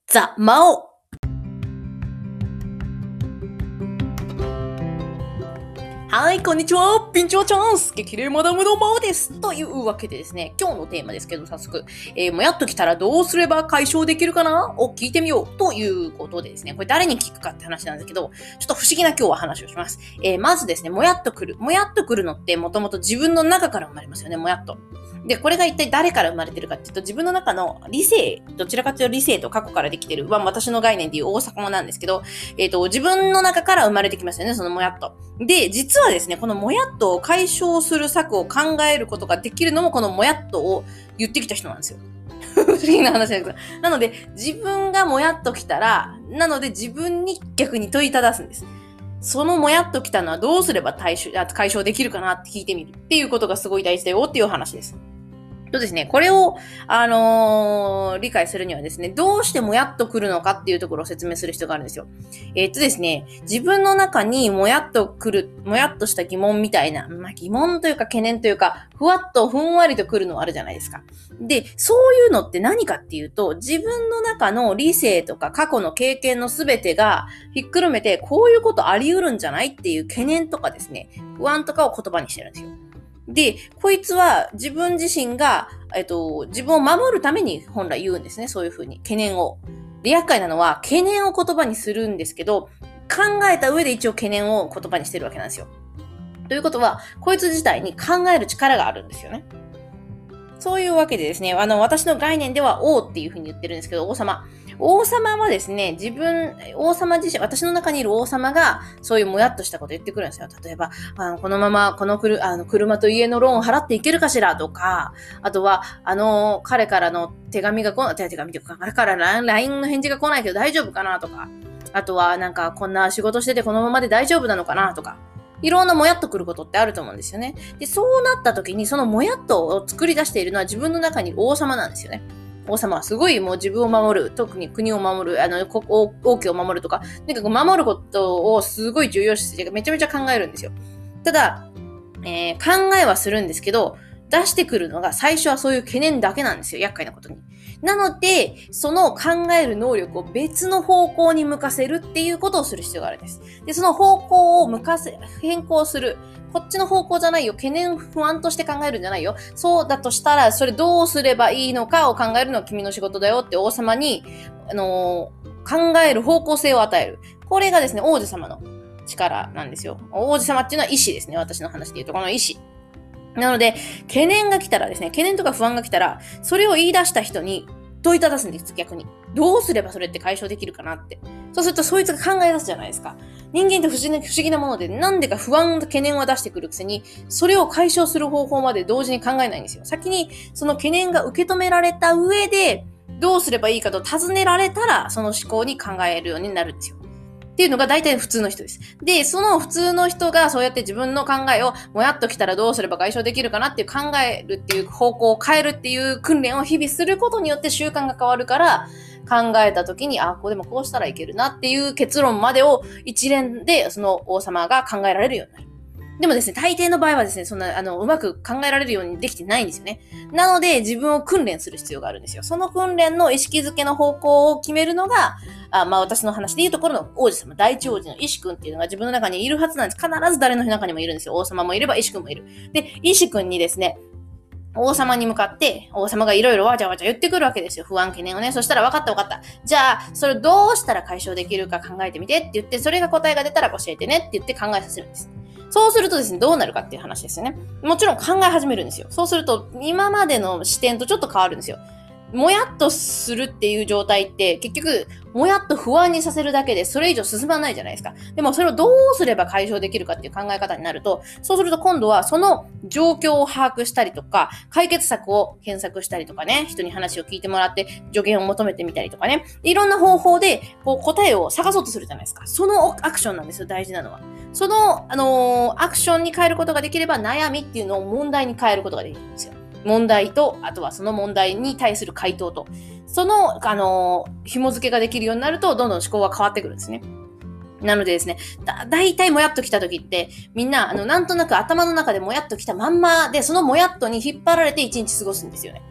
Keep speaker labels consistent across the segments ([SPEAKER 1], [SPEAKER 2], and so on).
[SPEAKER 1] ザ・マオ。はい、こんにちは。ピンチはチャンス。激励マダムのマオです。というわけでですね、今日のテーマですけど、早速、もやっときたらどうすれば解消できるかなを聞いてみようということでですね、これ誰に聞くかって話なんですけど、ちょっと不思議な今日は話をします。まずですね、もやっとくる。もやっとくるのってもともと自分の中から生まれますよね、もやっと。で、これが一体誰から生まれてるかっていうと、自分の中の理性、どちらかというと理性と過去からできてる、私の概念でいう大阪なんですけど、自分の中から生まれてきますよね、そのもやっと。で、実はですね、このもやっとを解消する策を考えることができるのも、このもやっとを言ってきた人なんですよ。不思議な話なんですけど。なので、自分がもやっときたら、なので自分に逆に問いただすんです。そのもやっときたのはどうすれば解消できるかなって聞いてみるっていうことがすごい大事だよっていう話です。とですね、これを、理解するにはですね、どうしてもやっと来るのかっていうところを説明する必要があるんですよ。ですね、自分の中にもやっと来る、もやっとした疑問みたいな、疑問というか懸念というか、ふわっとふんわりと来るのはあるじゃないですか。で、そういうのって何かっていうと、自分の中の理性とか過去の経験のすべてがひっくるめて、こういうことあり得るんじゃないっていう懸念とかですね、不安とかを言葉にしてるんですよ。で、こいつは自分自身が、自分を守るために本来言うんですね。そういうふうに。懸念を。で、厄介なのは、懸念を言葉にするんですけど、考えた上で一応懸念を言葉にしてるわけなんですよ。ということは、こいつ自体に考える力があるんですよね。そういうわけでですね、私の概念では王っていうふうに言ってるんですけど、王様。王様はですね、王様自身、私の中にいる王様が、そういうもやっとしたことを言ってくるんですよ。例えば、このまま、車と家のローン払っていけるかしらとか、あとは、彼からの手紙というか、彼から LINE の返事が来ないけど大丈夫かなとか、あとは、こんな仕事しててこのままで大丈夫なのかなとか、いろんなもやっとくることってあると思うんですよね。で、そうなった時に、そのもやっとを作り出しているのは自分の中に王様なんですよね。王様はすごいもう自分を守る、特に国を守る、王家を守るとか、守ることをすごい重要視して、めちゃめちゃ考えるんですよ。ただ、考えはするんですけど、出してくるのが最初はそういう懸念だけなんですよ。厄介なことに。なので、その考える能力を別の方向に向かせるっていうことをする必要があるんです。で、その方向を変更する。こっちの方向じゃないよ。懸念、不安として考えるんじゃないよ。そうだとしたら、それどうすればいいのかを考えるのは君の仕事だよって王様に、考える方向性を与える。これがですね、王子様の力なんですよ。王子様っていうのは意志ですね。私の話で言うと、この意志。なので、懸念が来たらですね、懸念とか不安が来たら、それを言い出した人に問いただすんです、逆に。どうすればそれって解消できるかなって。そうすると、そいつが考え出すじゃないですか。人間って不思議なもので、なんでか不安、懸念は出してくるくせに、それを解消する方法まで同時に考えないんですよ。先に、その懸念が受け止められた上で、どうすればいいかと尋ねられたら、その思考に考えるようになるんですよ。っていうのが大体普通の人です。で、その普通の人がそうやって自分の考えをもやっときたらどうすれば解消できるかなっていう考えるっていう方向を変えるっていう訓練を日々することによって習慣が変わるから、考えた時に、でもこうしたらいけるなっていう結論までを一連でその王様が考えられるようになる。でもですね、大抵の場合はですね、そんな、うまく考えられるようにできてないんですよね。なので、自分を訓練する必要があるんですよ。その訓練の意識づけの方向を決めるのが、私の話で言うところの王子様、第一王子の意志君っていうのが自分の中にいるはずなんです。必ず誰の中にもいるんですよ。王様もいれば意志君もいる。で、意志君にですね、王様に向かって、王様がいろいろわちゃわちゃ言ってくるわけですよ。不安、懸念をね。そしたら分かった。じゃあ、それどうしたら解消できるか考えてみてって言って、それが答えが出たら教えてねって言って考えさせるんです。そうするとですね、どうなるかっていう話ですよね。もちろん考え始めるんですよ。そうすると、今までの視点とちょっと変わるんですよ。もやっとするっていう状態って、結局、もやっと不安にさせるだけで、それ以上進まないじゃないですか。でも、それをどうすれば解消できるかっていう考え方になると、そうすると今度は、その状況を把握したりとか、解決策を検索したりとかね、人に話を聞いてもらって、助言を求めてみたりとかね、いろんな方法で、答えを探そうとするじゃないですか。そのアクションなんですよ、大事なのは。その、アクションに変えることができれば、悩みっていうのを問題に変えることができるんですよ。問題と、あとはその問題に対する回答と、その、紐付けができるようになると、どんどん思考が変わってくるんですね。なのでですね、だいたいもやっと来た時って、みんな、なんとなく頭の中でもやっと来たまんまで、そのもやっとに引っ張られて一日過ごすんですよね。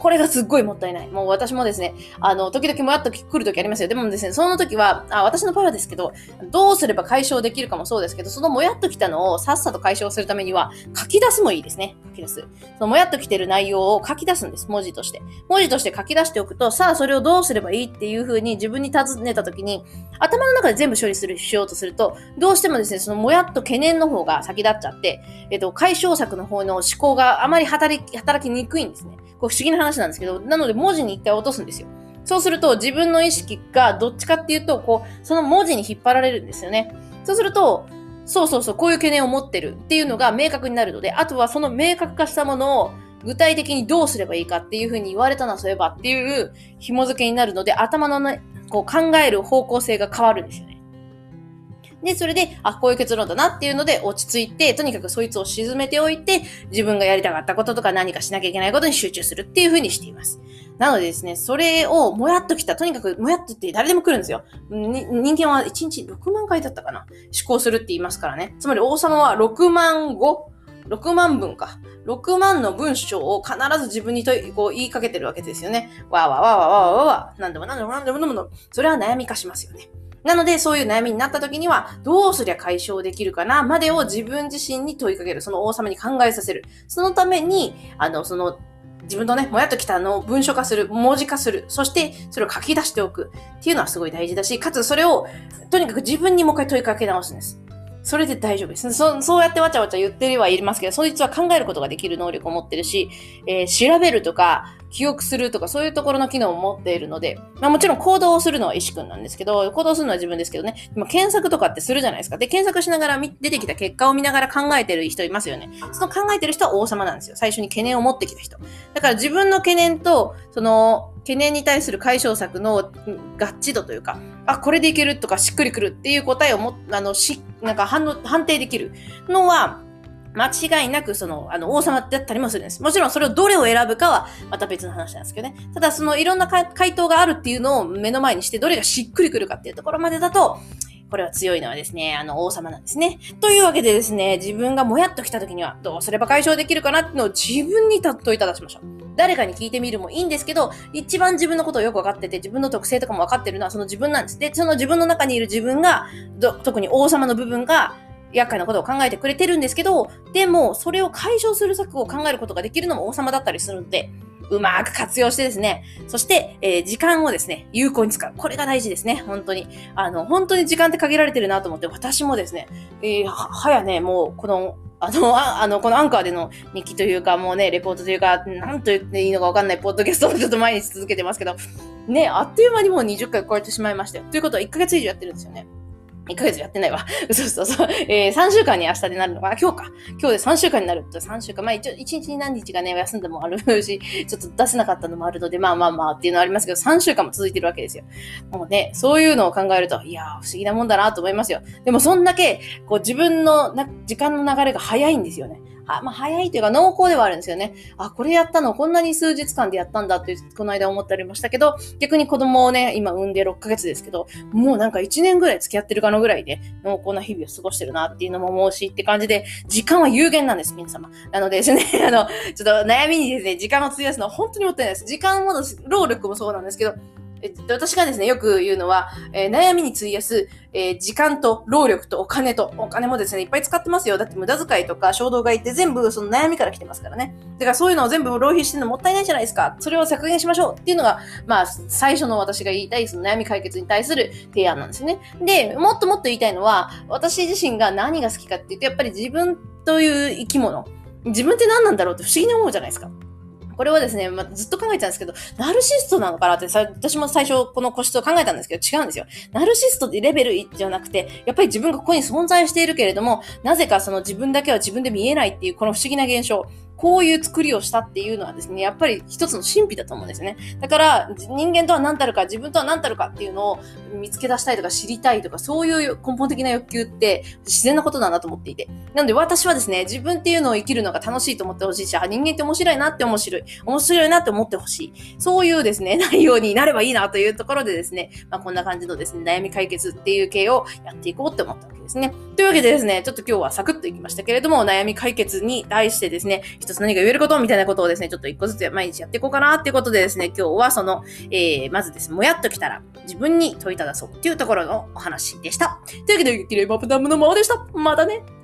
[SPEAKER 1] これがすっごいもったいない。もう私もですね、時々もやっと来る時ありますよ。でもですね、その時は、私の場合はですけど、どうすれば解消できるかもそうですけど、そのもやっと来たのをさっさと解消するためには、書き出すもいいですね。書き出す。そのもやっと来てる内容を書き出すんです。文字として。文字として書き出しておくと、さあそれをどうすればいいっていう風に自分に尋ねた時に、頭の中で全部処理しようとすると、どうしてもですね、そのもやっと懸念の方が先立っちゃって、解消策の方の思考があまり働きにくいんですね。こう不思議な話なんですけど、なので文字に一回落とすんですよ。そうすると自分の意識がどっちかっていうと、こう、その文字に引っ張られるんですよね。そうすると、こういう懸念を持ってるっていうのが明確になるので、あとはその明確化したものを具体的にどうすればいいかっていうふうに言われたな、そういえばっていう紐付けになるので、頭のね、こう考える方向性が変わるんですよね。で、それで、こういう結論だなっていうので落ち着いて、とにかくそいつを沈めておいて、自分がやりたかったこととか何かしなきゃいけないことに集中するっていう風にしています。なのでですね、それをもやっときた、とにかくもやっとって誰でも来るんですよ。人間は1日6万回だったかな思考するって言いますからね。つまり王様は6万分か。6万の文章を必ず自分にこう言いかけてるわけですよね。わーわーわーわーわーわーわー。なんでも。それは悩み化しますよね。なので、そういう悩みになった時には、どうすりゃ解消できるかなまでを自分自身に問いかける。その王様に考えさせる。そのために、自分のね、もやっときたのを文書化する、文字化する。そして、それを書き出しておく。っていうのはすごい大事だし、かつそれを、とにかく自分にもう一回問いかけ直すんです。それで大丈夫です。そうやってわちゃわちゃ言ってはいますけど、そいつは考えることができる能力を持ってるし、調べるとか、記憶するとか、そういうところの機能を持っているので、もちろん行動をするのは石君なんですけど、行動するのは自分ですけどね、検索とかってするじゃないですか。で、検索しながら出てきた結果を見ながら考えてる人いますよね。その考えてる人は王様なんですよ。最初に懸念を持ってきた人。だから自分の懸念と、懸念に対する解消策の合致度というか、これでいけるとかしっくりくるっていう答えを判定できるのは、間違いなく王様だったりもするんです。もちろんそれをどれを選ぶかはまた別の話なんですけどね。ただいろんな回答があるっていうのを目の前にして、どれがしっくりくるかっていうところまでだと、これは強いのはですね、王様なんですね。というわけでですね、自分がもやっと来た時にはどうすれば解消できるかなっていうのを自分に問いただしましょう。誰かに聞いてみるもいいんですけど、一番自分のことをよくわかってて、自分の特性とかもわかってるのはその自分なんです。で、その自分の中にいる自分が、特に王様の部分が、厄介なことを考えてくれてるんですけど、でも、それを解消する策を考えることができるのも王様だったりするので、うまく活用してですね、そして、時間をですね、有効に使う。これが大事ですね、本当に。本当に時間って限られてるなと思って、私もですね、早ね、もう、このアンカーでの日記というか、もうね、レポートというか、なんと言っていいのかわかんないポッドキャストをちょっと毎日続けてますけど、ね、あっという間にもう20回超えてしまいましたよ。ということは1ヶ月以上やってるんですよね。1ヶ月やってないわ。そう。3週間に明日でなるのかな今日で3週間になると3週間。1日に何日がね、休んでもあるし、ちょっと出せなかったのもあるので、まあっていうのはありますけど、3週間も続いてるわけですよ。もうね、そういうのを考えると、いやー、不思議なもんだなと思いますよ。でも、そんだけ、自分の時間の流れが早いんですよね。早いというか濃厚ではあるんですよね。これやったのこんなに数日間でやったんだってこの間思ったりましたけど、逆に子供をね、今産んで6ヶ月ですけど、もう1年ぐらい付き合ってるかのぐらいで濃厚な日々を過ごしてるなっていうのも思うしって感じで、時間は有限なんです、皆様。なのでですね、ちょっと悩みにですね、時間を費やすのは本当にもったいないです。時間も労力もそうなんですけど、私がですね、よく言うのは、悩みに費やす、時間と労力とお金もですね、いっぱい使ってますよ。だって無駄遣いとか衝動買いって全部その悩みから来てますからね。だからそういうのを全部浪費してるのもったいないじゃないですか。それを削減しましょうっていうのが、最初の私が言いたいその悩み解決に対する提案なんですね。で、もっと言いたいのは、私自身が何が好きかっていうと、やっぱり自分という生き物。自分って何なんだろうって不思議に思うじゃないですか。これはですね、ずっと考えてたんですけど、ナルシストなのかなって私も最初この個室を考えたんですけど、違うんですよ。ナルシストってレベルじゃなくて、やっぱり自分がここに存在しているけれども、なぜかその自分だけは自分で見えないっていうこの不思議な現象。こういう作りをしたっていうのはですね、やっぱり一つの神秘だと思うんですよね。だから、人間とは何たるか、自分とは何たるかっていうのを見つけ出したいとか知りたいとか、そういう根本的な欲求って自然なことだなと思っていて。なので私はですね、自分っていうのを生きるのが楽しいと思ってほしいし、人間って面白いなって面白いなって思ってほしい。そういうですね、内容になればいいなというところでですね、こんな感じのですね、悩み解決っていう系をやっていこうって思ったわけですね。というわけでですね、ちょっと今日はサクッといきましたけれども、悩み解決に対してですね、一一つ何か言えることみたいなことをですね、ちょっと一個ずつ毎日やっていこうかなっていうことでですね、今日はその、まずですね、もやっときたら自分に問いただそうっていうところのお話でした。というわけで、キレイマップダムのままでした。またね。